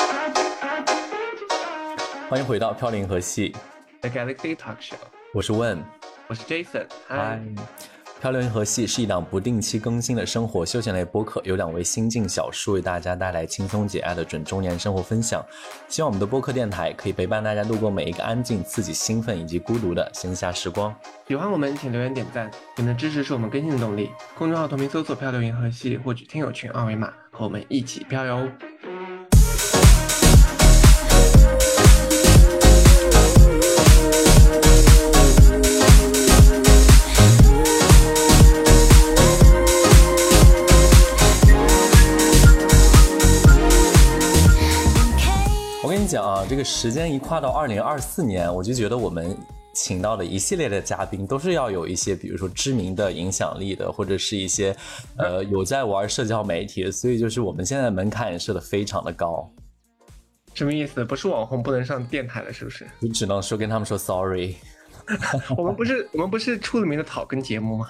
欢迎回到飘零河系 The Galaxy Talk Show， 我是问， 我是 Jason。 嗨，飘零河系是一档不定期更新的生活休闲类播客，由2位新晋小叔为大家带来轻松解压的准中年生活分享。希望我们的播客电台可以陪伴大家度过每一个安静、刺激、兴奋以及孤独的闲暇时光。 喜欢我们请留言点赞，你们的支持是我们更新的动力。公众号同名搜索漂流银河系，获取听友群二维码，和我们一起飘游。 我跟你讲啊，这个时间一跨到2024年，我就觉得我们请到的一系列的嘉宾都是要有一些比如说知名的影响力的，或者是一些有在玩社交媒体的，所以就是我们现在的门槛也设得非常的高。 什么意思？不是网红不能上电台了是不是？ 你只能说跟他们说 sorry。 我们不是出了名的草根节目吗？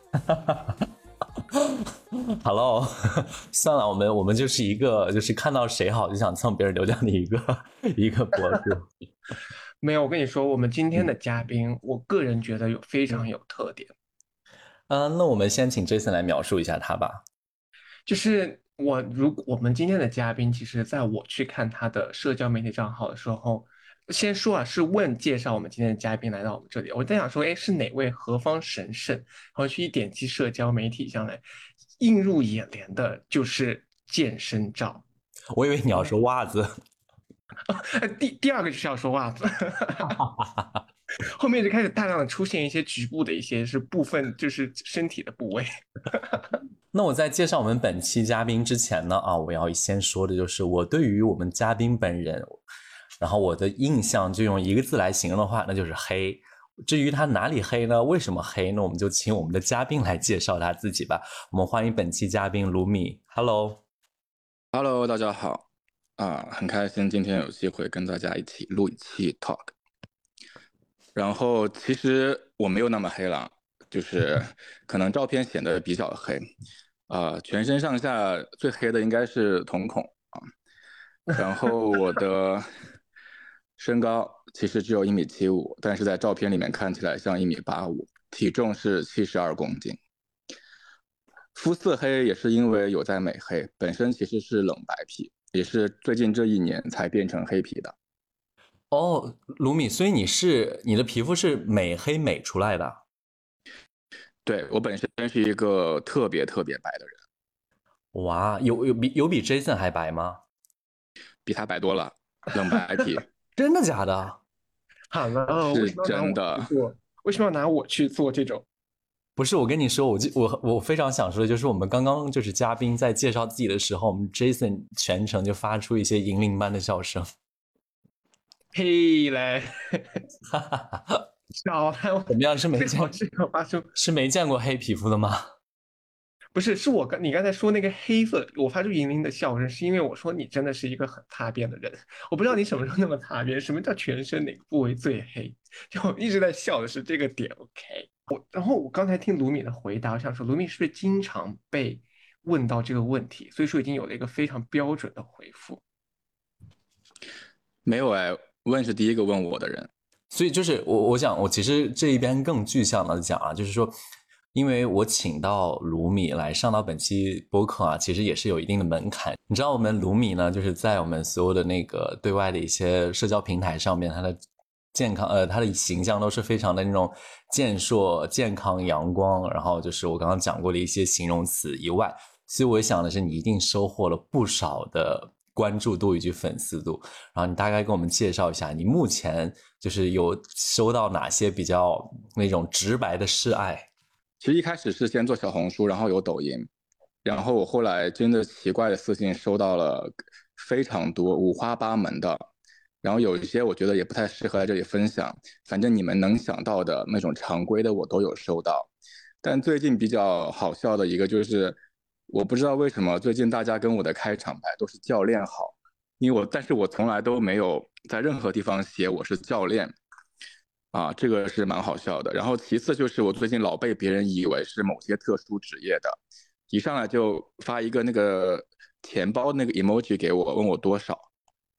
Hello， 算了，我们就是一个就是看到谁好就想蹭别人流量的一个博主。 没有，我跟你说，我们今天的嘉宾，我个人觉得非常有特点。 那我们先请 Jason 来描述一下他吧。 就是我们今天的嘉宾，其实在我去看他的社交媒体账号的时候，先说啊，是问介绍我们今天的嘉宾来到我们这里，我在想说，哎，是哪位何方神圣？然后去一点击社交媒体上来，映入眼帘的就是健身照。 我以为你要说袜子。 第二个就是要说袜子。后面就开始大量的出现一些局部的一些是部分，就是身体的部位。 那我在介绍我们本期嘉宾之前呢，我要先说的就是我对于我们嘉宾本人，然后我的印象就用一个字来形容的话，那就是黑。至于他哪里黑呢？为什么黑呢？我们就请我们的嘉宾来介绍他自己吧。我们欢迎本期嘉宾卢米。 Hello， 大家好很开心今天有机会跟大家一起录一期 talk。 然后其实我没有那么黑了，就是可能照片显得比较黑全身上下最黑的应该是瞳孔然后我的身高其实只有1.75米，但是在照片里面看起来像1.85米，体重是72公斤。肤色黑也是因为有在美黑，本身其实是冷白皮，也是最近这1年才变成黑皮的。 哦，卢米，所以你的皮肤是美黑美出来的？ 对，我本身是一个特别白的人。 哇，有比 Jason 还白吗？ 比他白多了，冷白皮。 真的假的？ 好了， 是真的。 为什么要拿我去做这种？ 不是，我跟你说，我非常想说的就是，我们刚刚就是嘉宾在介绍自己的时候，我们 Jason 全程就发出一些银铃般的笑声。 嘿嘞，小孩， 怎么样？是没见过黑皮肤的吗？ 不是，是你刚才说那个黑色，我发出银铃的笑声，是因为我说你真的是一个很擦边的人。我不知道你什么时候那么擦边，什么叫全身哪个部位最黑？就我一直在笑的是这个点。OK， 然后我刚才听卢米的回答，我想说卢米是不是经常被问到这个问题，所以说已经有了一个非常标准的回复？ 没有问是第一个问我的人。 所以就是我想我其实这一边更具象的讲啊，就是说因为我请到卢米来上到本期播客啊，其实也是有一定的门槛。你知道我们卢米呢，就是在我们所有的那个对外的一些社交平台上面，他的健康他的形象都是非常的那种健硕、健康、阳光，然后就是我刚刚讲过的一些形容词以外，所以我想的是你一定收获了不少的关注度以及粉丝度。然后你大概跟我们介绍一下，你目前就是有收到哪些比较那种直白的示爱？ 其实一开始是先做小红书，然后有抖音，然后我后来真的奇怪的私信收到了非常多，五花八门的，然后有一些我觉得也不太适合在这里分享，反正你们能想到的那种常规的我都有收到。但最近比较好笑的一个就是，我不知道为什么最近大家跟我的开场白都是教练好，但是我从来都没有在任何地方写我是教练。这个是蛮好笑的。然后其次就是我最近老被别人以为是某些特殊职业的，一上来就发一个那个钱包那个 emoji 给我，问我多少，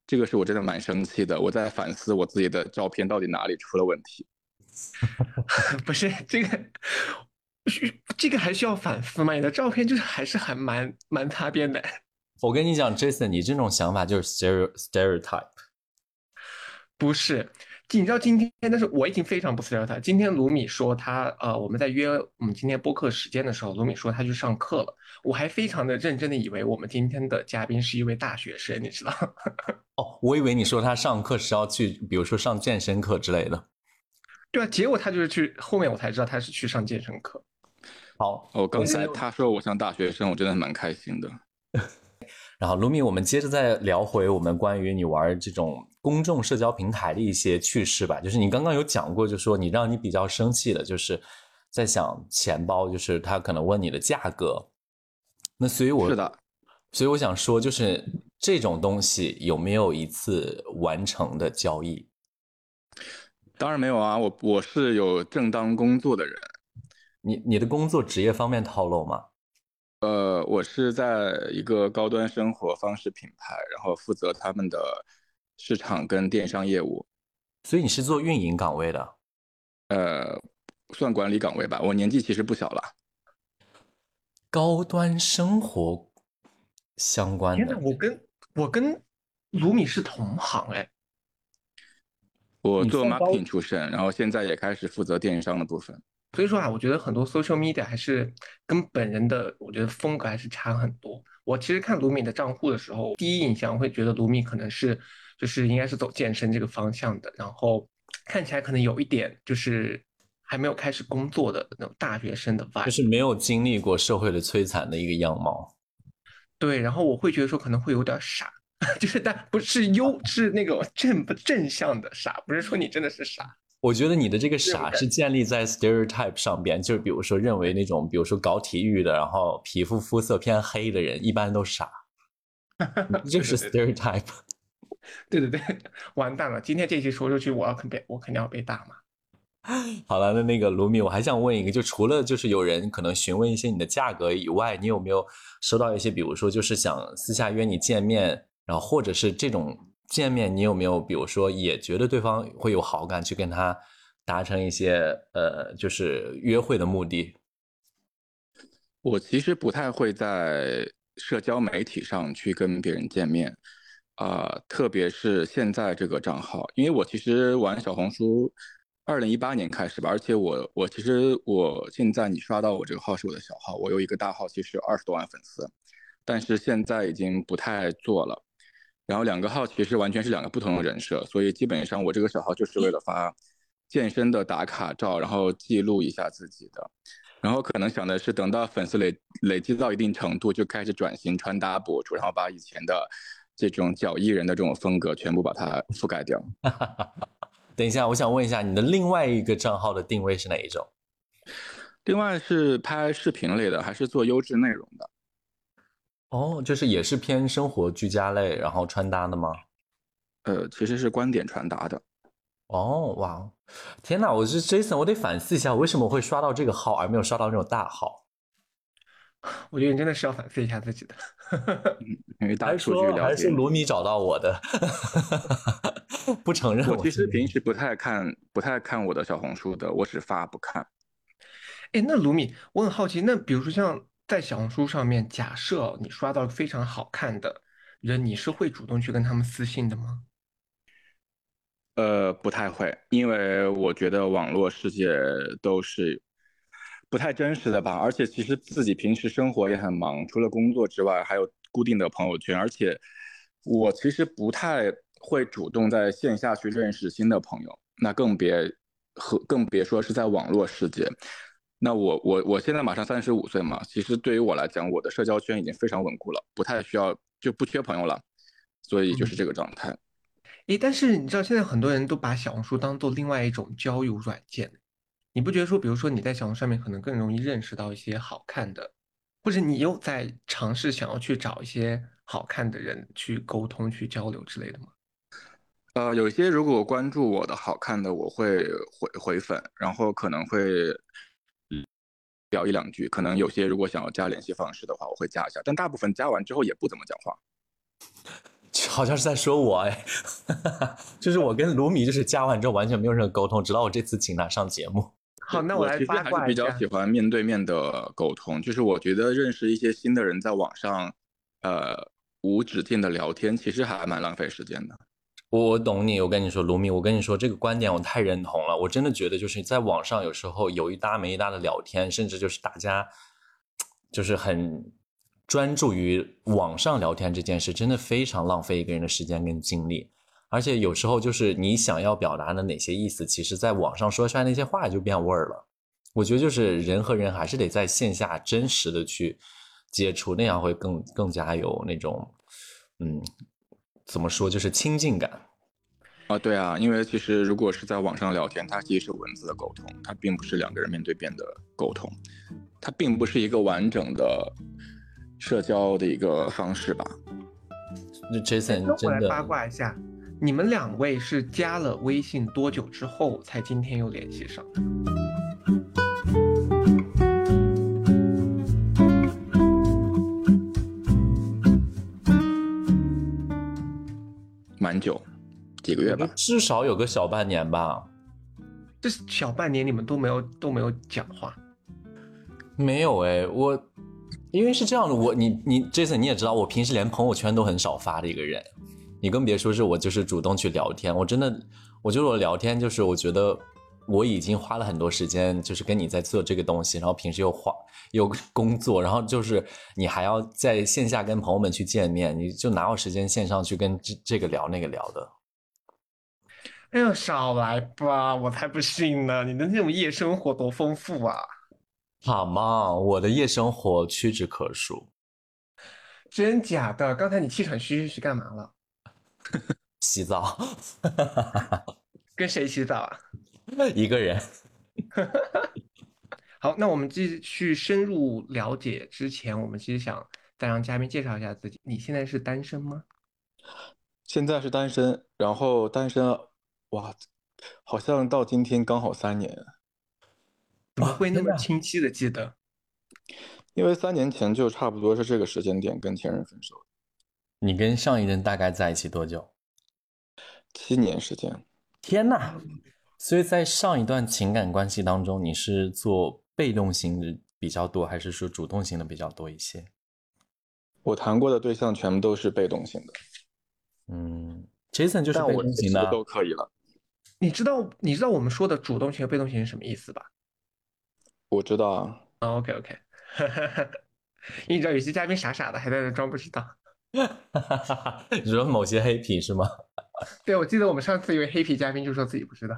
这个是我真的蛮生气的，我在反思我自己的照片到底哪里出了问题。 不是这个，这个还需要反思吗？你的照片就是还是还蛮擦边的。 我跟你讲，Jason，你这种想法就是 stereotype。 不是，你知道今天，但是我已经非常不 s e r 他。今天卢米说他我们在约我们今天播客时间的时候，卢米说他去上课了，我还非常的认真的以为我们今天的嘉宾是一位大学生，你知道？ 哦，我以为你说他上课是要去，比如说上健身课之类的。 对啊，结果他就是去后面我才知道他是去上健身课。 好， 刚才他说我像大学生，我真的蛮开心的。 然后卢米，我们接着再聊回我们关于你玩这种公众社交平台的一些趣事吧。就是你刚刚有讲过，就说你让你比较生气的，就是在想钱包，就是他可能问你的价格。那所以是的， 所以我想说，就是这种东西有没有一次完成的交易？ 当然没有啊，我是有正当工作的人。 你的工作职业方面透露吗？ 我是在一个高端生活方式品牌，然后负责他们的市场跟电商业务。 所以你是做运营岗位的？ 算管理岗位吧。我年纪其实不小了。 高端生活相关天哪， 的。 我跟卢米是同行哎。 我做你算高 marketing 出身，然后现在也开始负责电商的部分。 所以说啊，我觉得很多 social media 还是跟本人的，我觉得风格还是差很多。我其实看卢米的账户的时候，第一印象会觉得卢米可能是就是应该是走健身这个方向的，然后看起来可能有一点就是还没有开始工作的那种大学生的 vibe。 就是没有经历过社会的摧残的一个样貌。 对，然后我会觉得说可能会有点傻，就是但不是是那种正向的傻，不是说你真的是傻。 我觉得你的这个这种感傻是建立在 stereotype 上边，就是比如说认为那种，比如说搞体育的，然后肤色偏黑的人，一般都傻，这就是 stereotype。 对对对，完蛋了！今天这期说出去，我肯定要被打骂。 好了，那个卢米，我还想问一个，就除了就是有人可能询问一些你的价格以外，你有没有收到一些，比如说就是想私下约你见面，然后或者是这种见面，你有没有比如说也觉得对方会有好感，去跟他达成一些就是约会的目的？ 我其实不太会在社交媒体上去跟别人见面，特别是现在这个账号，因为我其实玩小红书，2018年开始吧，而且我其实我现在你刷到我这个号是我的小号，我有一个大号，其实有20多万粉丝，但是现在已经不太做了。然后两个号其实完全是两个不同的人设，所以基本上我这个小号就是为了发健身的打卡照，然后记录一下自己的。然后可能想的是，等到粉丝累积到一定程度，就开始转型穿搭博主，然后把以前的这种脚艺人的这种风格全部把它覆盖掉。 等一下，我想问一下，你的另外一个账号的定位是哪一种？ 另外是拍视频类的，还是做优质内容的？ 哦，就是也是偏生活居家类，然后穿搭的吗？ 其实是观点传达的。 哦，哇，天哪！我是 Jason，我得反思一下，我为什么会刷到这个号，而没有刷到那种大号？ 我觉得你真的是要反思一下自己的。 因为大数据了还是解你。 卢米找到我的？不承认我其实是平时不太看我的小红书的，我只发不看。 哎，那卢米，我很好奇，那比如说像在小红书上面，假设你刷到非常好看的人，你是会主动去跟他们私信的吗？ 不太会，因为我觉得网络世界都是不太真实的吧，而且其实自己平时生活也很忙，除了工作之外，还有固定的朋友圈，而且我其实不太会主动在线下去认识新的朋友，那更别说是在网络世界。那我现在马上35岁嘛，其实对于我来讲，我的社交圈已经非常稳固了，不太需要就不缺朋友了，所以就是这个状态。 诶，但是你知道现在很多人都把小红书当做另外一种交友软件，你不觉得说，比如说你在小红书上面可能更容易认识到一些好看的，或者你又在尝试想要去找一些好看的人去沟通、去交流之类的吗？ 有一些如果关注我的好看的，我会回粉，然后可能会聊一两句。可能有些如果想要加联系方式的话，我会加一下，但大部分加完之后也不怎么讲话。 好像是在说我哎，就是我跟卢米就是加完之后完全没有任何沟通，直到我这次请他上节目。 好，那我来八其实还是卦一下。 比较喜欢面对面的沟通，就是我觉得认识一些新的人在网上，无止境的聊天，其实还蛮浪费时间的。 我懂你，我跟你说，卢米，我跟你说这个观点我太认同了。我真的觉得就是在网上有时候有一搭没一搭的聊天，甚至就是大家就是很专注于网上聊天这件事，真的非常浪费一个人的时间跟精力。而且有时候就是你想要表达的哪些意思，其实在网上说出来那些话就变味儿了。我觉得就是人和人还是得在线下真实的去接触，那样会更加有那种怎么说，就是亲近感。 对啊，因为其实如果是在网上聊天，它其实是文字的沟通，它并不是两个人面对面的沟通，它并不是一个完整的社交的一个方式吧。 Jason 那我真的来八卦一下，你们两位是加了微信多久之后才今天又联系上的？ 蛮久，几个月吧。 至少有个小半年吧。 这小半年你们都没有讲话。 没有哎，因为是这样的，你 Jason 你也知道，我平时连朋友圈都很少发的一个人，你更别说是我就是主动去聊天。我觉得我聊天就是我觉得我已经花了很多时间，就是跟你在做这个东西，然后平时又工作，然后就是你还要在线下跟朋友们去见面，你就哪有时间线上去跟这个聊那个聊的？ 哎呦，少来吧，我才不信呢！你的那种夜生活多丰富啊！ 好嘛，我的夜生活屈指可数， 真假的？刚才你气喘吁吁是干嘛了？ 洗澡跟谁洗澡啊？ 一个人。 好，那我们继续深入了解之前，我们其实想再让嘉宾介绍一下自己。你现在是单身吗？ 现在是单身，然后单身，哇，好像到今天刚好3年， 怎么会那么天哪！ 清晰的记得？ 因为3年前就差不多是这个时间点跟前任分手， 你跟上一任大概在一起多久？ 7年时间。 天哪！所以在上一段情感关系当中，你是做被动型的比较多，还是说主动型的比较多一些？ 我谈过的对象全部都是被动型的， Jason 就是被但我其实动型的啊。 都可以了。 你知道我们说的主动型和被动型是什么意思吧？ 我知道啊， OK OK，因为你知道有些嘉宾傻傻的还在那装不知道。 你说某些黑皮是吗？ 对，我记得我们上次有位黑皮嘉宾就说自己不知道。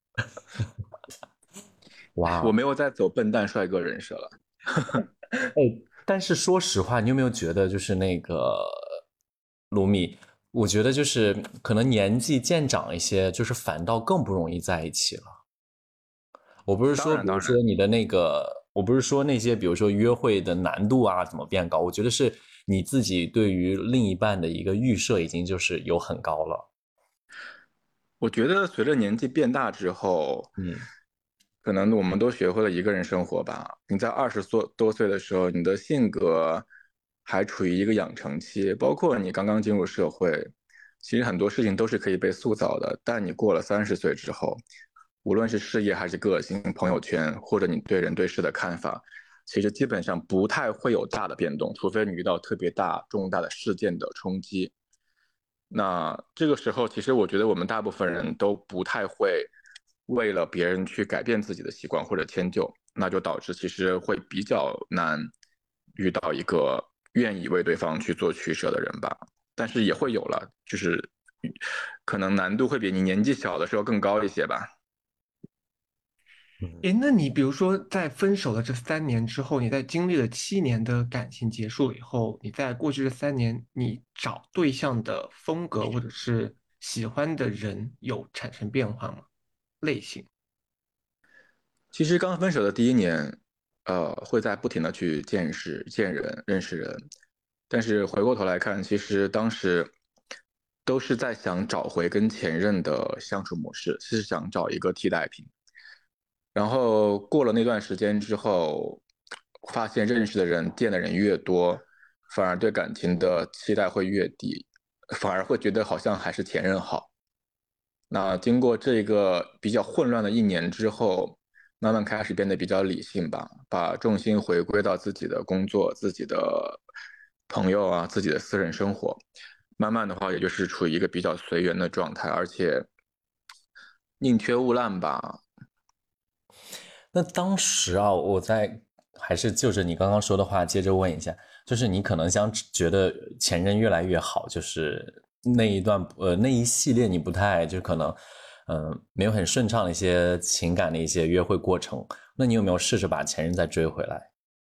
哇， 我没有在走笨蛋帅哥人设了。 但是说实话，你有没有觉得就是那个卢米？我觉得就是可能年纪渐长一些，就是反倒更不容易在一起了。我不是说，比如说你的那个，我不是说那些，比如说约会的难度啊怎么变高，我觉得是你自己对于另一半的一个预设已经就是有很高了。 我觉得随着年纪变大之后，可能我们都学会了一个人生活吧。你在20多岁的时候，你的性格还处于一个养成期，包括你刚刚进入社会，其实很多事情都是可以被塑造的。但你过了30岁之后，无论是事业还是个性、朋友圈，或者你对人对事的看法，其实基本上不太会有大的变动，除非你遇到特别大、重大的事件的冲击。那这个时候，其实我觉得我们大部分人都不太会为了别人去改变自己的习惯或者迁就，那就导致其实会比较难遇到一个愿意为对方去做取舍的人吧。但是也会有了，就是可能难度会比你年纪小的时候更高一些吧。 诶，那你比如说在分手的这3年之后，你在经历了7年的感情结束以后，你在过去这3年，你找对象的风格或者是喜欢的人有产生变化吗？类型？ 其实刚分手的第一年，会在不停的去见识、见人、认识人，但是回过头来看，其实当时都是在想找回跟前任的相处模式，是想找一个替代品。然后过了那段时间之后，发现认识的人、见的人越多，反而对感情的期待会越低。 反而会觉得好像还是前任好。那经过这个比较混乱的一年之后，慢慢开始变得比较理性吧，把重心回归到自己的工作、自己的朋友啊、自己的私人生活。慢慢的话，也就是处于一个比较随缘的状态，而且宁缺毋滥吧。 那当时啊，还是就着你刚刚说的话接着问一下，就是你可能觉得前任越来越好，就是那一系列你不太就可能没有很顺畅的一些情感的一些约会过程，那你有没有试着把前任再追回来？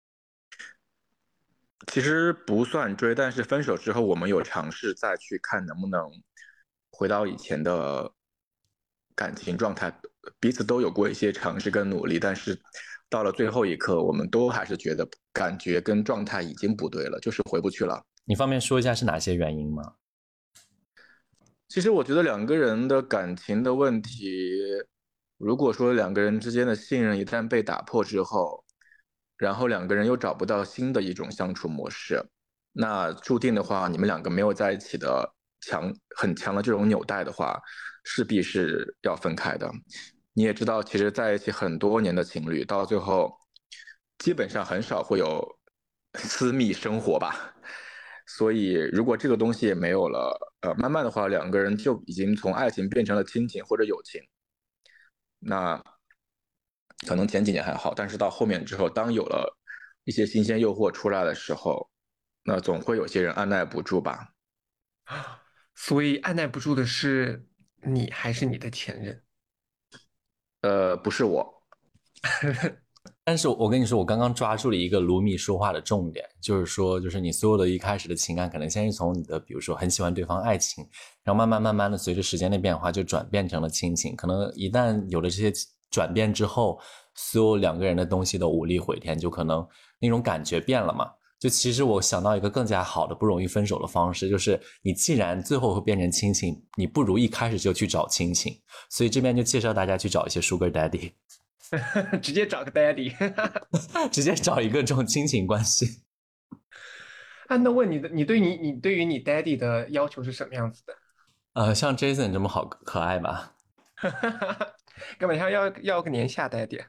其实不算追，但是分手之后，我们有尝试再去看能不能回到以前的感情状态，彼此都有过一些尝试跟努力，但是到了最后一刻，我们都还是觉得感觉跟状态已经不对了，就是回不去了。 你方便说一下是哪些原因吗？ 其实我觉得两个人的感情的问题，如果说两个人之间的信任一旦被打破之后，然后两个人又找不到新的一种相处模式，那注定的话，你们两个没有在一起的很强的这种纽带的话，势必是要分开的。你也知道，其实在一起很多年的情侣，到最后基本上很少会有私密生活吧。所以，如果这个东西也没有了，慢慢的话，两个人就已经从爱情变成了亲情或者友情。那可能前几年还好，但是到后面之后，当有了一些新鲜诱惑出来的时候，那总会有些人按耐不住吧。 所以按耐不住的是你还是你的前任？ 不是我。 但是我跟你说，我刚刚抓住了一个卢米说话的重点，就是说，就是你所有的一开始的情感，可能先是从你的，比如说很喜欢对方爱情，然后慢慢的随着时间的变化，就转变成了亲情。可能一旦有了这些转变之后，所有两个人的东西都无力回天，就可能那种感觉变了嘛。就其实我想到一个更加好的、不容易分手的方式，就是你既然最后会变成亲情，你不如一开始就去找亲情。所以这边就介绍大家去找一些 Sugar Daddy。 直接找个 daddy。 直接找一个这种亲情关系。 啊，那问你的，你对于你 daddy 的要求是什么样子的？ 像 Jason 这么好可爱吧？ 干嘛要个年下 daddy？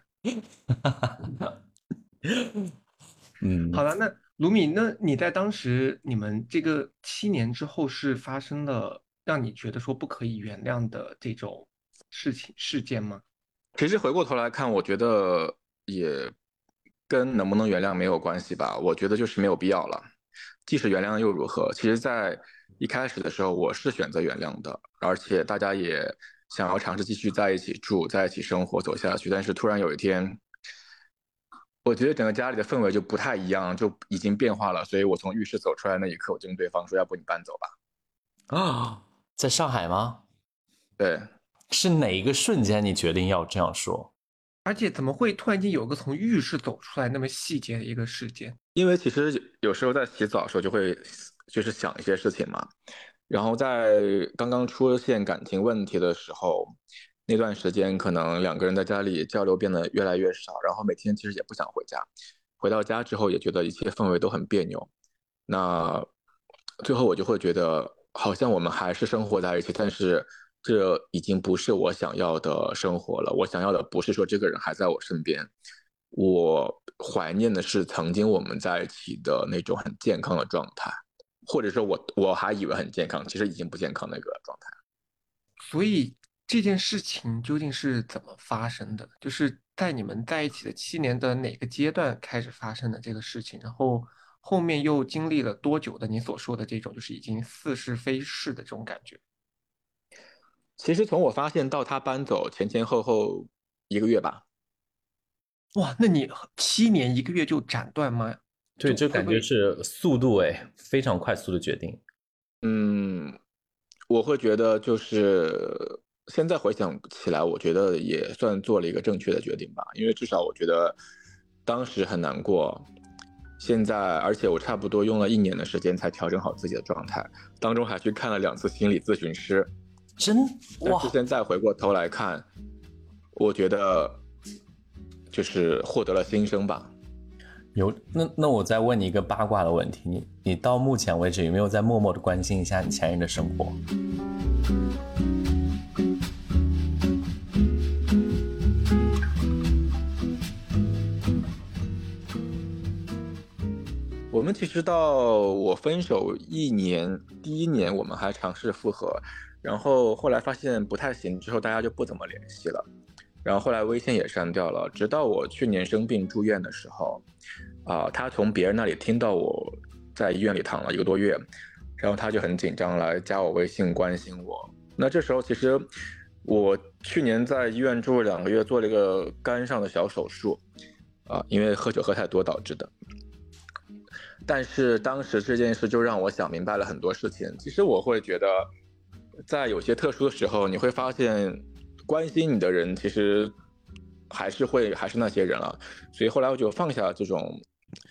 好嗯， 了，那卢米，那你在当时你们这个7年之后是发生了让你觉得说不可以原谅的这种事件吗？ 其实回过头来看，我觉得也跟能不能原谅没有关系吧。我觉得就是没有必要了。即使原谅又如何？其实，在一开始的时候，我是选择原谅的，而且大家也想要尝试继续在一起住、在一起生活、走下去。但是突然有一天，我觉得整个家里的氛围就不太一样，就已经变化了。所以我从浴室走出来那一刻，我就跟对方说：“要不你搬走吧。” 啊，在上海吗？ 对。 是哪一个瞬间你决定要这样说？ 而且怎么会突然间有个从浴室走出来那么细节的一个事件？ 因为其实有时候在洗澡的时候就会就是想一些事情嘛，然后在刚刚出现感情问题的时候，那段时间可能两个人在家里交流变得越来越少，然后每天其实也不想回家，回到家之后也觉得一切氛围都很别扭，那最后我就会觉得好像我们还是生活在一起，但是这已经不是我想要的生活了，我想要的不是说这个人还在我身边。我怀念的是曾经我们在一起的那种很健康的状态，或者说我还以为很健康，其实已经不健康那个状态。 所以这件事情究竟是怎么发生的？就是在你们在一起的7年的哪个阶段开始发生的这个事情？然后后面又经历了多久的你所说的这种就是已经似是非是的这种感觉？ 其实从我发现到他搬走前前后后1个月吧。 哇，那你7年1个月就斩断吗？ 对，这感觉就会不会是速度诶，非常快速的决定。 嗯，我会觉得就是现在回想起来，我觉得也算做了一个正确的决定吧，因为至少我觉得当时很难过，现在而且我差不多用了1年的时间才调整好自己的状态，当中还去看了2次心理咨询师。但是哇， 现在回过头来看，我觉得就是获得了新生吧。 那我再问你一个八卦的问题，你到目前为止有没有在默默的关心一下你前任的生活？ 我们其实到我分手1年，第1年我们还尝试复合，然后后来发现不太行，之后大家就不怎么联系了，然后后来微信也删掉了。直到我去年生病住院的时候，他从别人那里听到我在医院里躺了1个多月，然后他就很紧张来加我微信关心我。那这时候其实我去年在医院住了2个月，做了一个肝上的小手术，因为喝酒喝太多导致的。但是当时这件事就让我想明白了很多事情。其实我会觉得，在有些特殊的时候，你会发现，关心你的人其实还是那些人了。所以后来我就放下这种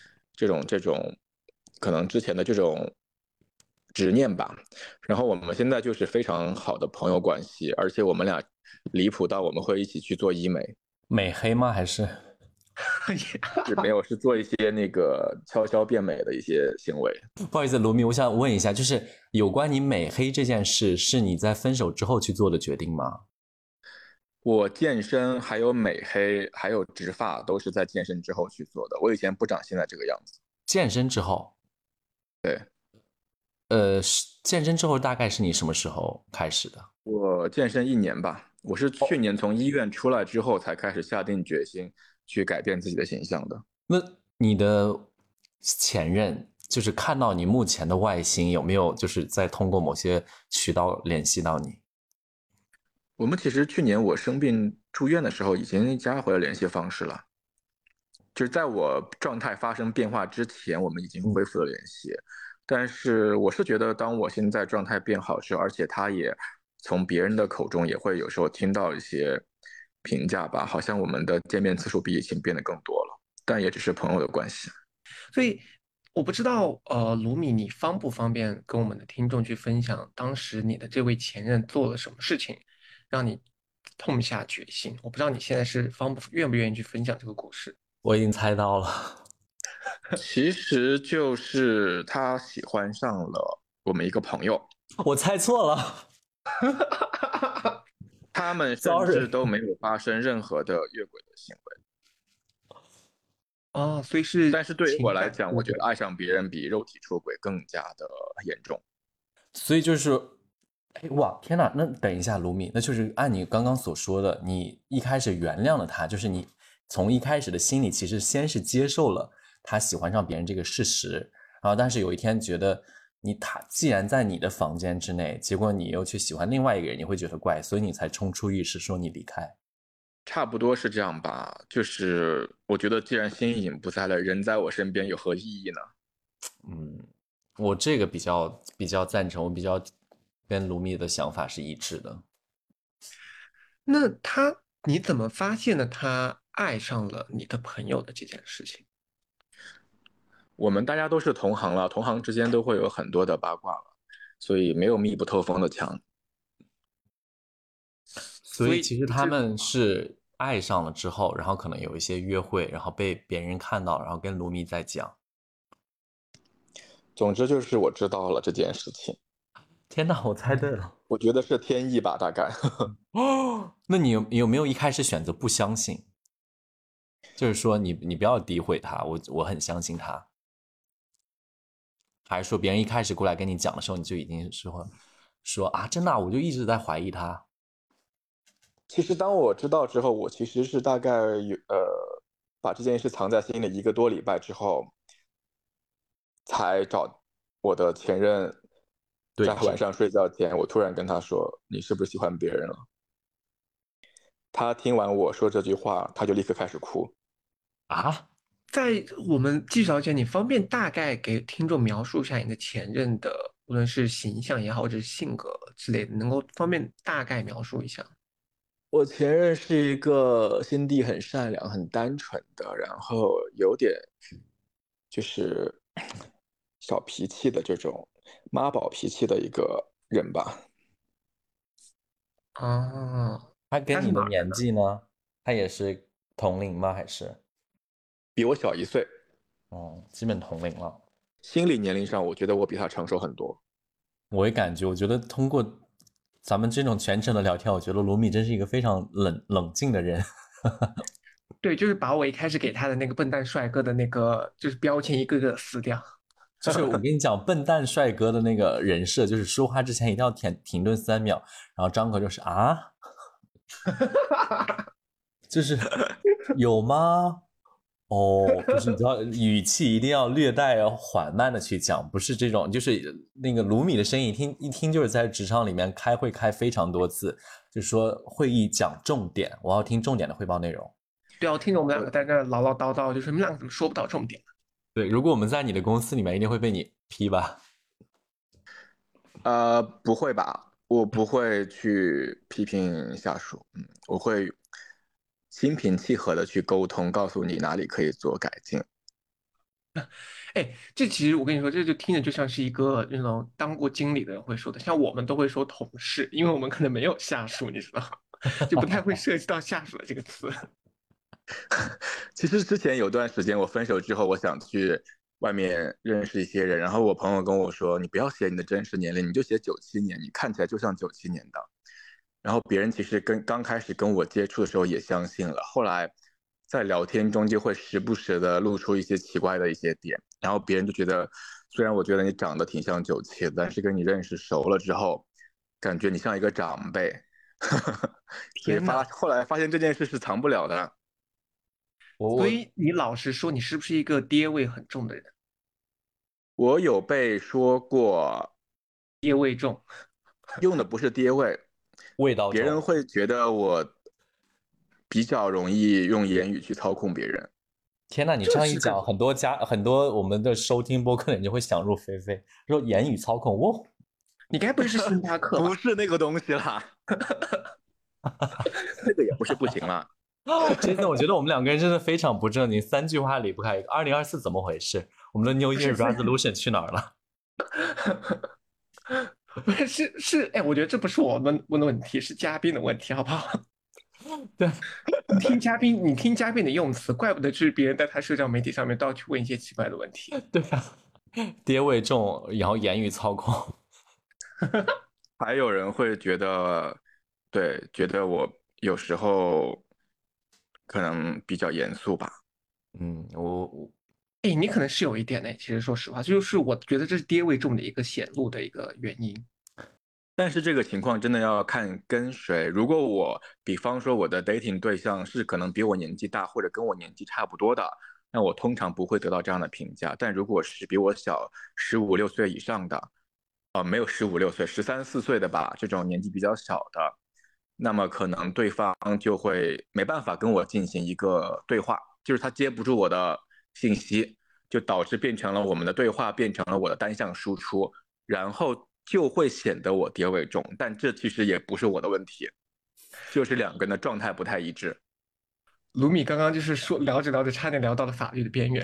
可能之前的这种执念吧。然后我们现在就是非常好的朋友关系，而且我们俩离谱到我们会一起去做医美。 美黑吗？还是？ 是没有，是做一些那个悄悄变美的一些行为。 不好意思，卢米，我想问一下，就是有关你美黑这件事，是你在分手之后去做的决定吗？ 我健身，还有美黑，还有植发，都是在健身之后去做的。我以前不长现在这个样子。 健身之后？ 对。 健身之后大概是你什么时候开始的？ 我健身1年吧，我是去年从医院出来之后才开始下定决心去改变自己的形象的。 那你的前任就是看到你目前的外形，有没有就是在通过某些渠道联系到你？ 我们其实去年我生病住院的时候已经加回了联系方式了，就是在我状态发生变化之前，我们已经恢复了联系。但是我是觉得，当我现在状态变好之后，而且他也从别人的口中也会有时候听到一些评价吧，好像我们的见面次数比以前变得更多了，但也只是朋友的关系。 所以我不知道，卢米，你方不方便跟我们的听众去分享当时你的这位前任做了什么事情，让你痛下决心？我不知道你现在是愿不愿意去分享这个故事。 我已经猜到了。 其实就是他喜欢上了我们一个朋友。 我猜错了。 他们甚至都没有发生任何的越轨的行为。 哦，所以是， 但是对于我来讲，我觉得爱上别人比肉体出轨更加的严重。 所以就是，哎哇，天哪！那等一下，卢米，那就是按你刚刚所说的，你一开始原谅了他，就是你从一开始的心里其实先是接受了他喜欢上别人这个事实，然后但是有一天觉得他既然在你的房间之内，结果你又去喜欢另外一个人，你会觉得怪，所以你才冲出浴室说你离开。 差不多是这样吧，就是我觉得既然心已经不在了，人在我身边有何意义呢？ 我这个比较赞成，我比较跟卢米的想法是一致的。 那你怎么发现了他爱上了你的朋友的这件事情？ 我们大家都是同行了，同行之间都会有很多的八卦了，所以没有密不透风的墙。 所以其实他们是爱上了之后，然后可能有一些约会，然后被别人看到，然后跟卢米在讲。 总之就是我知道了这件事情。 天哪，我猜对了。 我觉得是天意吧，大概。 哦，那你有没有一开始选择不相信？就是说你不要诋毁他，我很相信他。还是说别人一开始过来跟你讲的时候，你就已经说啊，真的啊，我就一直在怀疑他。 其实当我知道之后，我其实是大概把这件事藏在心里1个多礼拜之后，才找我的前任，在晚上睡觉前，我突然跟他说：“你是不是喜欢别人了？”他听完我说这句话，他就立刻开始哭。 啊？ 在我们继续了解，你方便大概给听众描述一下你的前任的，无论是形象也好，或者是性格之类的，能够方便大概描述一下？ 我前任是一个心地很善良、很单纯的，然后有点就是小脾气的这种妈宝脾气的一个人吧。 哦， 他跟你的年他是哪儿人呢？ 纪呢？他也是同龄吗？还是？ 比我小1岁。 哦，基本同龄了。 心理年龄上，我觉得我比他成熟很多。 我也感觉，我觉得通过咱们这种全程的聊天，我觉得卢米真是一个非常冷静的人。 对，就是把我一开始给他的那个笨蛋帅哥的那个就是标签一个个撕掉。 就是我跟你讲，笨蛋帅哥的那个人设，就是说话之前一定要停顿3秒，然后张口就是啊，就是有吗？哦，就是你知道，语气一定要略带缓慢的去讲，不是这种，就是那个卢米的声音，一听就是在职场里面开会开非常多次，就是说会议讲重点，我要听重点的汇报内容。 对啊，我听着我们两个在那唠唠叨叨，就是你们两个怎么说不到重点？ 对，如果我们在你的公司里面，一定会被你批吧？ 不会吧？我不会去批评下属，我会心平气和的去沟通，告诉你哪里可以做改进。 哎，这其实我跟你说，这就听着就像是一个那种当过经理的人会说的，像我们都会说同事，因为我们可能没有下属，你知道，就不太会涉及到下属的这个词。 其实之前有段时间我分手之后，我想去外面认识一些人，然后我朋友跟我说，你不要写你的真实年龄，你就写97年，你看起来就像97年的。然后别人其实刚开始跟我接触的时候也相信了，后来在聊天中就会时不时的露出一些奇怪的一些点，然后别人就觉得，虽然我觉得你长得挺像97的，但是跟你认识熟了之后，感觉你像一个长辈，所以天哪！ 后来发现这件事是藏不了的。 所以你老实说，你是不是一个爹味很重的人？ 我有被说过， 爹味重。 用的不是爹味， 味道别人重。 会觉得我比较容易用言语去操控别人。 天呐，你这样一讲，很多我们的收听播客的人就会想入非非，说言语操控，哇， 你该不会是星巴克吧？ 不是那个东西啦，那个也不是不行啦。 真的，我觉得我们两个人真的非常不正经，3句话离不开一个。2024怎么回事？我们的 New Year Resolution 去哪儿了？ 不是，哎，我觉得这不是我们问的问题，是嘉宾的问题，好不好？ 对， 你听嘉宾的用词，怪不得就是别人在他社交媒体上面都要去问一些奇怪的问题。 对啊，爹味重，然后言语操控。 还有人会觉得，对，觉得我有时候可能比较严肃吧。 哎，你可能是有一点呢。其实说实话，这就是我觉得这是爹味重的一个显露的一个原因。 但是这个情况真的要看跟谁。如果我比方说我的 dating 对象是可能比我年纪大或者跟我年纪差不多的，那我通常不会得到这样的评价。但如果是比我小15、16岁以上的，没有15、16岁，13、14岁的吧，这种年纪比较小的，那么可能对方就会没办法跟我进行一个对话，就是他接不住我的信息，就导致变成了我们的对话变成了我的单向输出，然后就会显得我爹味重，但这其实也不是我的问题，就是两个人的状态不太一致。 卢米刚刚就是说聊着聊着，差点聊到了法律的边缘。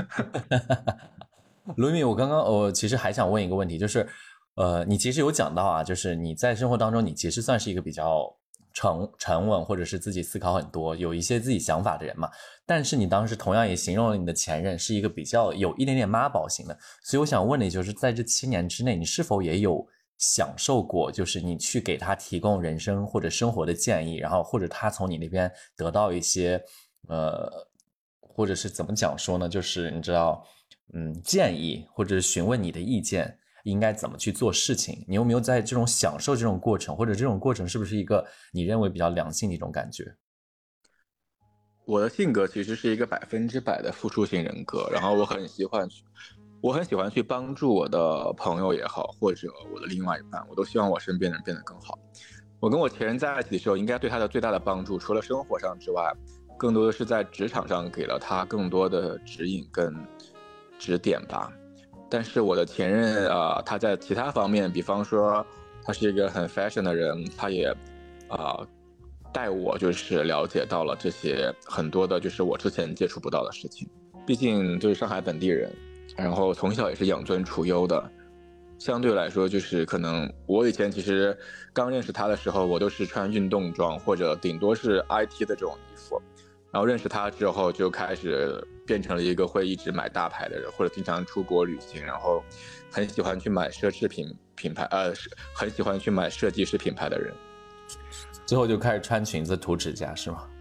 卢米，我其实还想问一个问题，就是，你其实有讲到啊，就是你在生活当中，你其实算是一个比较沉稳，或者是自己思考很多，有一些自己想法的人嘛。但是你当时同样也形容了你的前任是一个比较有一点点妈宝型的，所以我想问的就是，在这7年之内，你是否也有享受过，就是你去给他提供人生或者生活的建议，然后或者他从你那边得到一些，或者是怎么讲说呢？就是你知道。建议或者是询问你的意见，应该怎么去做事情？你有没有在这种享受这种过程，或者这种过程是不是一个你认为比较良性的一种感觉？ 我的性格其实是一个100%的付出型人格，然后我很喜欢去帮助我的朋友也好，或者我的另外一半，我都希望我身边的人变得更好。我跟我前任在一起的时候，应该对他的最大的帮助，除了生活上之外，更多的是在职场上给了他更多的指引跟指点吧。但是我的前任他在其他方面，比方说他是一个很 fashion 的人，他也带我就是了解到了这些很多的就是我之前接触不到的事情。毕竟就是上海本地人，然后从小也是养尊处优的，相对来说就是可能我以前其实刚认识他的时候，我都是穿运动装或者顶多是 IT 的这种衣服， 然后认识他之后就开始变成了一个会一直买大牌的人，或者经常出国旅行，然后很喜欢去买奢侈品牌，很喜欢去买设计师品牌的人。 之后就开始穿裙子涂指甲是吗？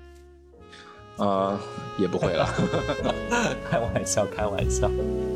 也不会了。 开玩笑，开玩笑。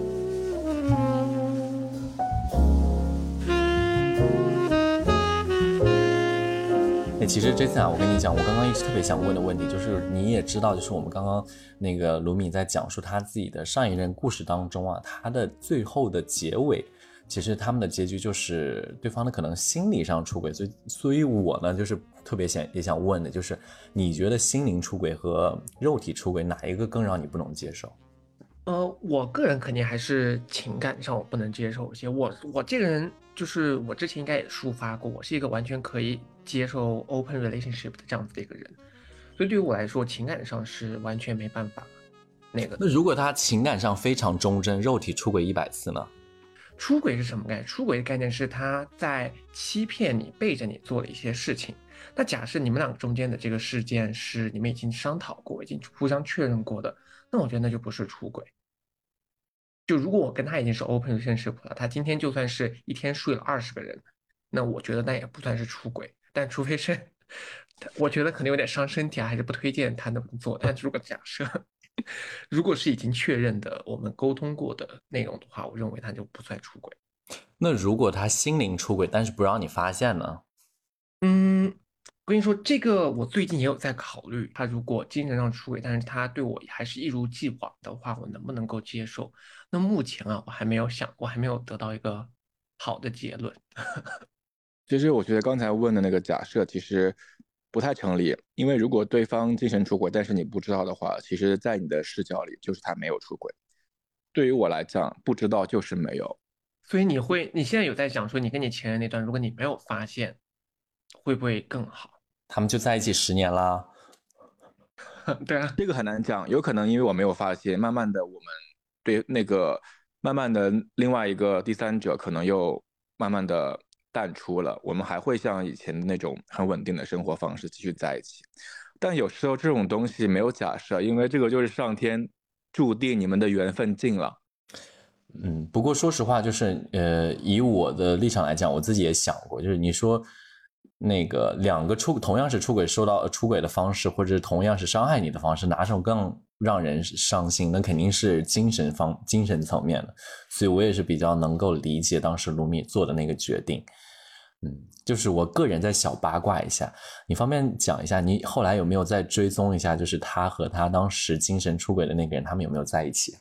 其实这次啊，我跟你讲，我刚刚一直特别想问的问题，就是你也知道，就是我们刚刚那个卢米在讲述他自己的上一任故事当中啊，他的最后的结尾，其实他们的结局就是对方的可能心理上出轨，所以我呢就是特别也想问的，就是你觉得心灵出轨和肉体出轨哪一个更让你不能接受？ 我个人肯定还是情感上我不能接受一些。我这个人就是我之前应该也抒发过，我是一个完全可以接受 open relationship 的这样子的一个人，所以对于我来说，情感上是完全没办法那个。 那如果他情感上非常忠贞，肉体出轨100次呢？ 出轨是什么概念？出轨的概念是他在欺骗你、背着你做了一些事情。那假设你们两个中间的这个事件是你们已经商讨过、已经互相确认过的，那我觉得那就不是出轨。就如果我跟他已经是 open relationship 了，他今天就算是一天睡了20个人，那我觉得那也不算是出轨。但除非是，我觉得可能有点伤身体啊，还是不推荐他那么做。但如果假设，如果是已经确认的，我们沟通过的内容的话，我认为他就不算出轨。 那如果他心灵出轨，但是不让你发现呢？ 我跟你说，这个我最近也有在考虑，他如果精神上出轨，但是他对我还是一如既往的话，我能不能够接受？那目前啊，我还没有得到一个好的结论。 其实我觉得刚才问的那个假设其实不太成立，因为如果对方精神出轨，但是你不知道的话，其实在你的视角里就是他没有出轨。对于我来讲，不知道就是没有。 所以你现在有在想说，你跟你前任那段，如果你没有发现，会不会更好？ 他们就在一起10年啦。 对啊， 这个很难讲，有可能因为我没有发现，慢慢的我们对那个慢慢的另外一个第三者可能又慢慢的淡出了，我们还会像以前那种很稳定的生活方式继续在一起。但有时候这种东西没有假设，因为这个就是上天注定你们的缘分尽了。 不过说实话，就是以我的立场来讲，我自己也想过，就是你说那个两个同样是出轨受到出轨的方式，或者同样是伤害你的方式，哪种更让人伤心？那肯定是精神层面的。所以我也是比较能够理解当时卢米做的那个决定。就是我个人在小八卦一下，你方便讲一下，你后来有没有再追踪一下，就是他和他当时精神出轨的那个人，他们有没有在一起？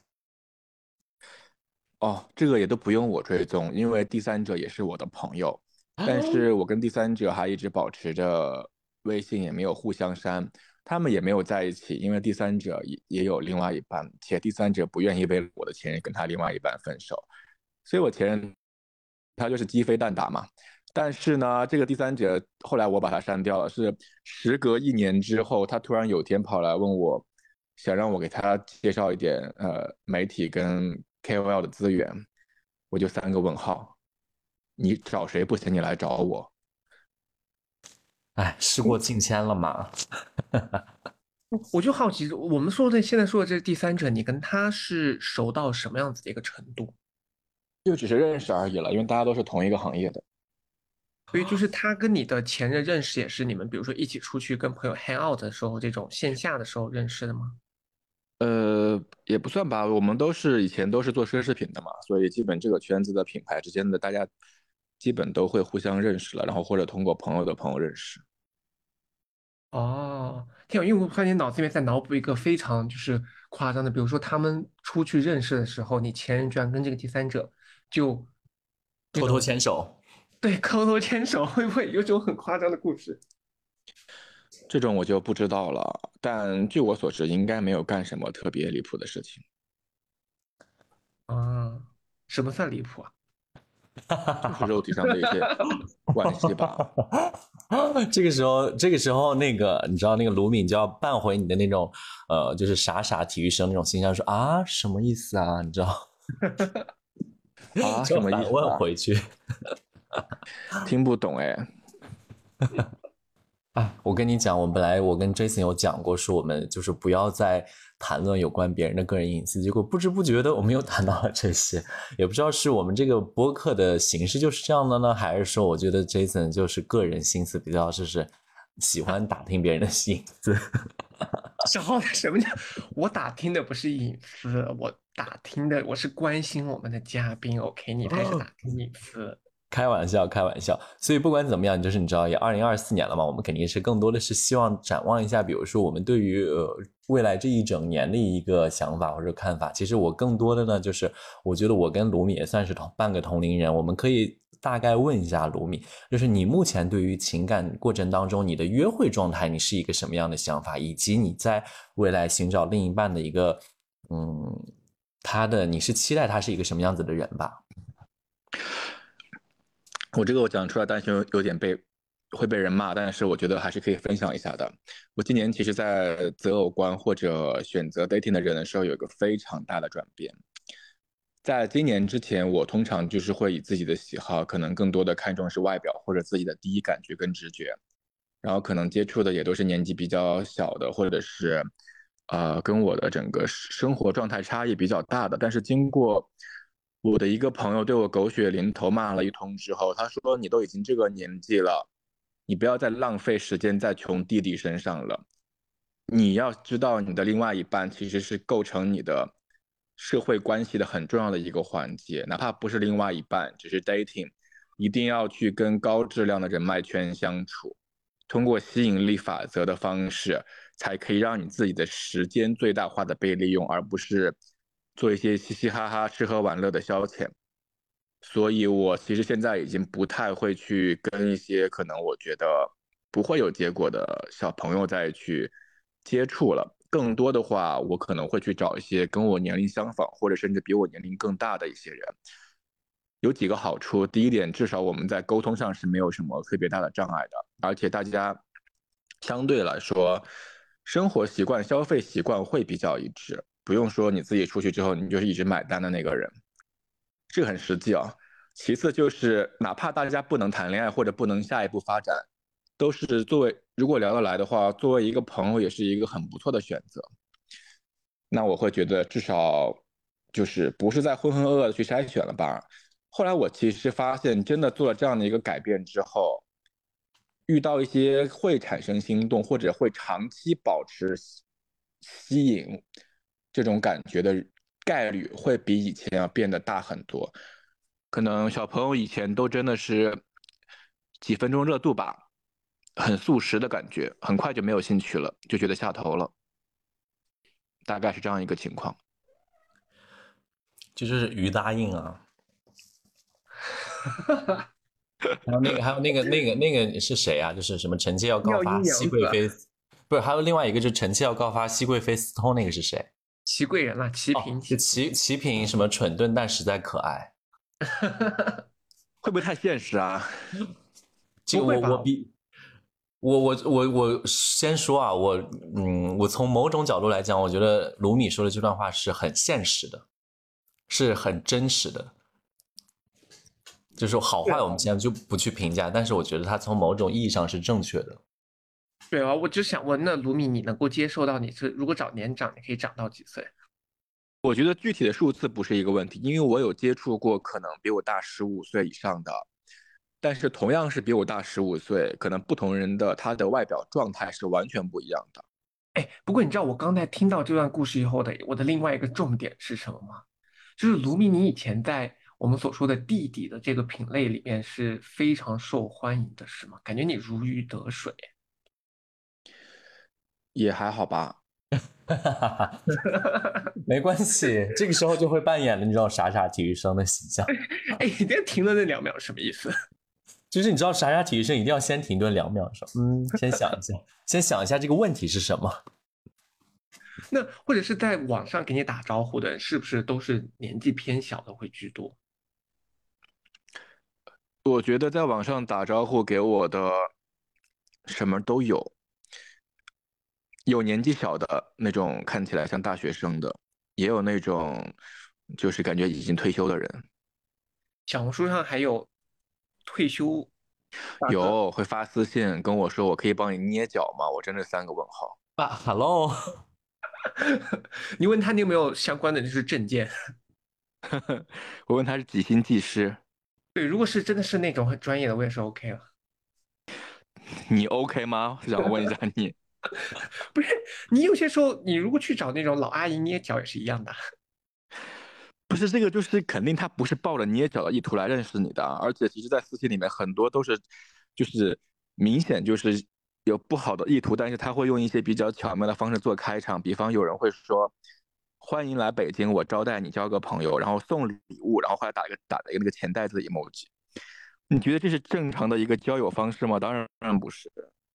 哦，这个也都不用我追踪，因为第三者也是我的朋友，但是我跟第三者还一直保持着微信，也没有互相删，他们也没有在一起，因为第三者也有另外一半，且第三者不愿意为我的前任跟他另外一半分手，所以我前任他就是鸡飞蛋打嘛。但是呢，这个第三者后来我把他删掉了，是时隔1年之后，他突然有天跑来问我，想让我给他介绍一点媒体跟 KOL 的资源，我就3个问号，你找谁不行，你来找我。 哎，事过境迁了嘛。 我就好奇，我们现在说的这个第三者，你跟他是熟到什么样子的一个程度？ 就只是认识而已了，因为大家都是同一个行业的。 所以就是他跟你的前任认识也是你们，比如说一起出去跟朋友 hang out 的时候，这种线下的时候认识的吗？ 也不算吧，我们以前都是做奢侈品的嘛，所以基本这个圈子的品牌之间的大家基本都会互相认识了，然后或者通过朋友的朋友认识。 哦，天啊，因为我突然间脑子里面在脑补一个非常就是夸张的，比如说他们出去认识的时候，你前任居然跟这个第三者就偷偷牵手。 对偷偷牵手，会不会有种很夸张的故事？ 这种我就不知道了，但据我所知，应该没有干什么特别离谱的事情。 啊，什么算离谱啊？ 就是肉体上的一些关系吧。 这个时候，那个你知道，那个卢敏就要扮回你的那种，就是傻体育生那种形象，说啊，什么意思啊？你知道？ 啊，什么意思啊？ 问回去， 听不懂哎。 哎，我跟你讲，我跟 Jason 有讲过，说我们就是不要再谈论有关别人的个人隐私，结果不知不觉的我们又谈到了这些，也不知道是我们这个播客的形式就是这样的呢，还是说我觉得 Jason 就是个人心思比较就是喜欢打听别人的隐私。 什么叫我打听的不是隐私，我打听的我是关心我们的嘉宾，OK，你才是打听隐私。 开玩笑，开玩笑。所以不管怎么样，就是你知道，也2024年了嘛，我们肯定是更多的是希望展望一下，比如说我们对于未来这一整年的一个想法或者看法。其实我更多的呢，就是我觉得我跟卢米也算是半个同龄人，我们可以大概问一下卢米，就是你目前对于情感过程当中你的约会状态，你是一个什么样的想法，以及你在未来寻找另一半的一个你是期待他是一个什么样子的人吧？ 我讲出来，担心有点会被人骂，但是我觉得还是可以分享一下的。我今年其实，在择偶观或者选择 dating 的人的时候，有一个非常大的转变。在今年之前，我通常就是会以自己的喜好，可能更多的看重是外表或者自己的第一感觉跟直觉，然后可能接触的也都是年纪比较小的，或者是跟我的整个生活状态差异比较大的。但是经过我的一个朋友对我狗血淋头骂了一通之后，他说：“你都已经这个年纪了，你不要再浪费时间在穷弟弟身上了。你要知道，你的另外一半其实是构成你的社会关系的很重要的一个环节，哪怕不是另外一半，只是 dating，一定要去跟高质量的人脉圈相处，通过吸引力法则的方式，才可以让你自己的时间最大化的被利用，而不是做一些嘻嘻哈哈、吃喝玩乐的消遣。所以我其实现在已经不太会去跟一些可能我觉得不会有结果的小朋友再去接触了。更多的话，我可能会去找一些跟我年龄相仿，或者甚至比我年龄更大的一些人。有几个好处，第一点，至少我们在沟通上是没有什么特别大的障碍的，而且大家相对来说，生活习惯、消费习惯会比较一致，不用说你自己出去之后，你就是一直买单的那个人，这个很实际啊。其次就是，哪怕大家不能谈恋爱或者不能下一步发展，都是作为如果聊得来的话，作为一个朋友也是一个很不错的选择。那我会觉得至少就是不是在浑浑噩噩的去筛选了吧。后来我其实发现，真的做了这样的一个改变之后，遇到一些会产生心动或者会长期保持吸引这种感觉的概率，会比以前要变得大很多。可能小朋友以前都真的是几分钟热度吧，很速食的感觉，很快就没有兴趣了，就觉得下头了，大概是这样一个情况。 就是于答应啊。还有那个是谁啊？就是什么臣妾要告妙发音娘子， 熹贵妃，不是还有另外一个就是臣妾要告发熹贵妃私通那个是谁？ 祺贵人啦，齐哦， 平。 就齐平什么蠢钝但实在可爱。 会不会太现实啊？ 这个不会吧？ 我先说啊，我从某种角度来讲，我觉得卢米说的这段话是很现实的，是很真实的。就是好坏我们现在就不去评价，但是我觉得他从某种意义上是正确的。 对啊，我就想问，那卢米，你能够接受到你是如果找年长，你可以长到几岁？ 我觉得具体的数字不是一个问题，因为我有接触过可能比我大15岁以上的，但是同样是比我大15岁，可能不同人的他的外表状态是完全不一样的。 哎，不过你知道我刚才听到这段故事以后的我的另外一个重点是什么吗？就是卢米，你以前在我们所说的弟弟的这个品类里面是非常受欢迎的，是吗？感觉你如鱼得水。 也还好吧。 没关系，这个时候就会扮演了你知道傻傻体育生的形象。 哎，你这停了那2秒什么意思？ 就是你知道傻傻体育生一定要先停顿2秒说，先想一下，先想一下这个问题是什么。 那或者是在网上给你打招呼的人，是不是都是年纪偏小的会居多？ 我觉得在网上打招呼给我的什么都有，有年纪小的那种看起来像大学生的，也有那种就是感觉已经退休的人。 小红书上还有退休有会发私信跟我说，我可以帮你捏脚吗？我真的3个问号。 啊，Hello， 你问他你有没有相关的就是证件？ 我问他是几星技师， 对，如果是真的是那种很专业的，我也是 OK 了。 你 OK 吗？想问一下你。 不是，你有些时候你如果去找那种老阿姨捏脚也是一样的。 不是这个，就是肯定他不是抱着捏脚的意图来认识你的，而且其实，在私信里面很多都是，就是明显就是有不好的意图，但是他会用一些比较巧妙的方式做开场，比方有人会说，欢迎来北京，我招待你交个朋友，然后送礼物，然后后来打了一个那个钱袋子 emoji。你觉得这是正常的一个交友方式吗？当然不是。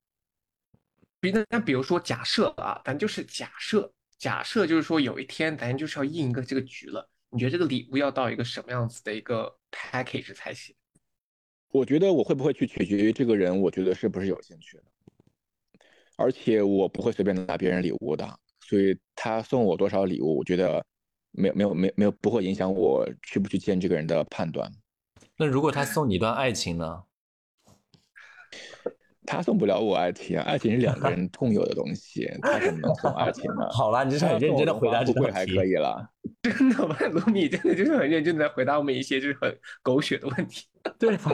比如说假设啊，咱就是假设就是说有一天咱就是要应一个这个局了，你觉得这个礼物要到一个什么样子的一个 package 才行？ 我觉得我会不会去取决于这个人，我觉得是不是有兴趣的，而且我不会随便拿别人礼物的，所以他送我多少礼物，我觉得没有不会影响我去不去见这个人的判断。 那如果他送你一段爱情呢？ 他送不了我爱情啊，爱情是2个人共有的东西，他怎么能送爱情呢？ 好啦，你这是很认真的回答这个富贵还可以了。 真的吗？卢米真的就是很认真的在回答我们一些就是很狗血的问题。 对吧？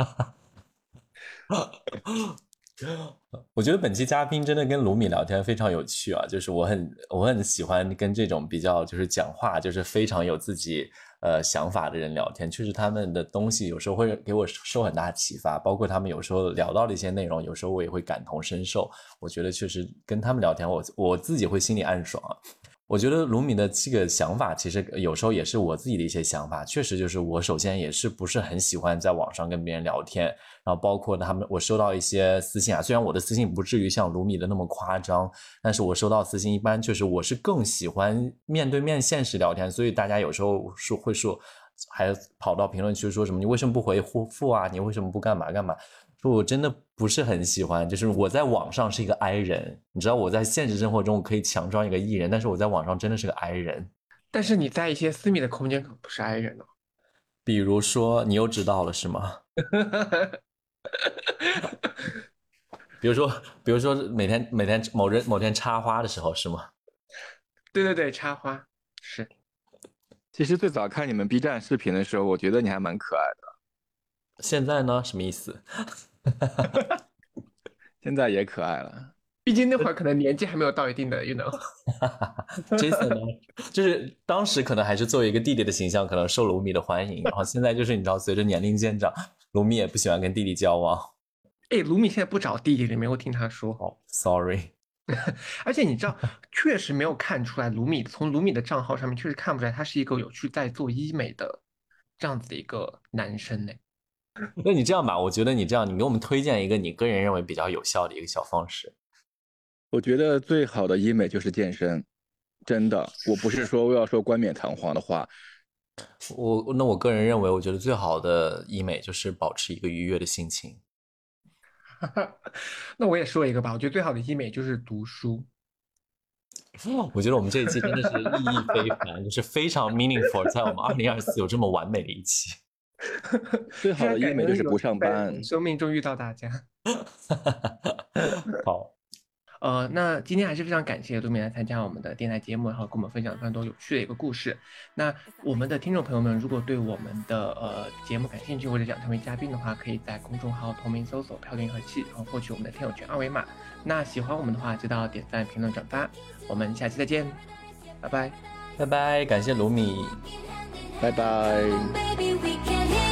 我觉得本期嘉宾真的跟卢米聊天非常有趣啊，就是我很喜欢跟这种比较就是讲话就是非常有自己想法的人聊天，确实他们的东西有时候会给我受很大启发，包括他们有时候聊到的一些内容，有时候我也会感同身受。我觉得确实跟他们聊天，我自己会心里暗爽啊。我觉得卢米的这个想法，其实有时候也是我自己的一些想法。确实，就是我首先也是不是很喜欢在网上跟别人聊天，然后包括我收到一些私信啊，虽然我的私信不至于像卢米的那么夸张，但是我收到私信一般就是我是更喜欢面对面现实聊天，所以大家有时候会说，还跑到评论区说什么你为什么不回复啊，你为什么不干嘛干嘛。说我真的不是很喜欢，就是我在网上是一个 I 人，你知道我在现实生活中我可以强装一个 E 人，但是我在网上真的是个 I 人。 但是你在一些私密的空间可不是 I 人哦。 比如说，你又知道了是吗？比如说每天某天插花的时候是吗？ 对对对，插花是。 其实最早看你们 B 站视频的时候，我觉得你还蛮可爱的。 现在呢？什么意思？ 现在也可爱了， 毕竟那会儿可能年纪还没有到一定的 Jason 呢，就是当时可能还是作为一个弟弟的形象，可能受卢米的欢迎，然后现在就是你知道，随着年龄渐长，卢米也不喜欢跟弟弟交往。 哎，卢米现在不找弟弟了，没有听他说。 哦，sorry。 而且你知道，确实没有看出来从卢米的账号上面确实看不出来他是一个有去在做医美的这样子的一个男生呢。 那你这样吧，我觉得你这样，你给我们推荐一个你个人认为比较有效的一个小方式。 我觉得最好的医美就是健身，真的，我不是说要说冠冕堂皇的话。 我个人认为，我觉得最好的医美就是保持一个愉悦的心情。 那我也说一个吧，我觉得最好的医美就是读书。 我觉得我们这一期真的是意义非凡，就是非常 meaningful， 在我们2024有这么完美的一期。 最好的医美就是不上班。 生命中遇到大家。 好。 那今天还是非常感谢卢米来参加我们的电台节目，然后跟我们分享非常多有趣的一个故事。那我们的听众朋友们，如果对我们的节目感兴趣，或者想成为嘉宾的话，可以在公众号同名搜索“漂流银河系”，然后获取我们的听友群二维码。那喜欢我们的话，记得点赞、评论、转发。我们下期再见，拜拜， 拜拜，感谢卢米， 拜拜。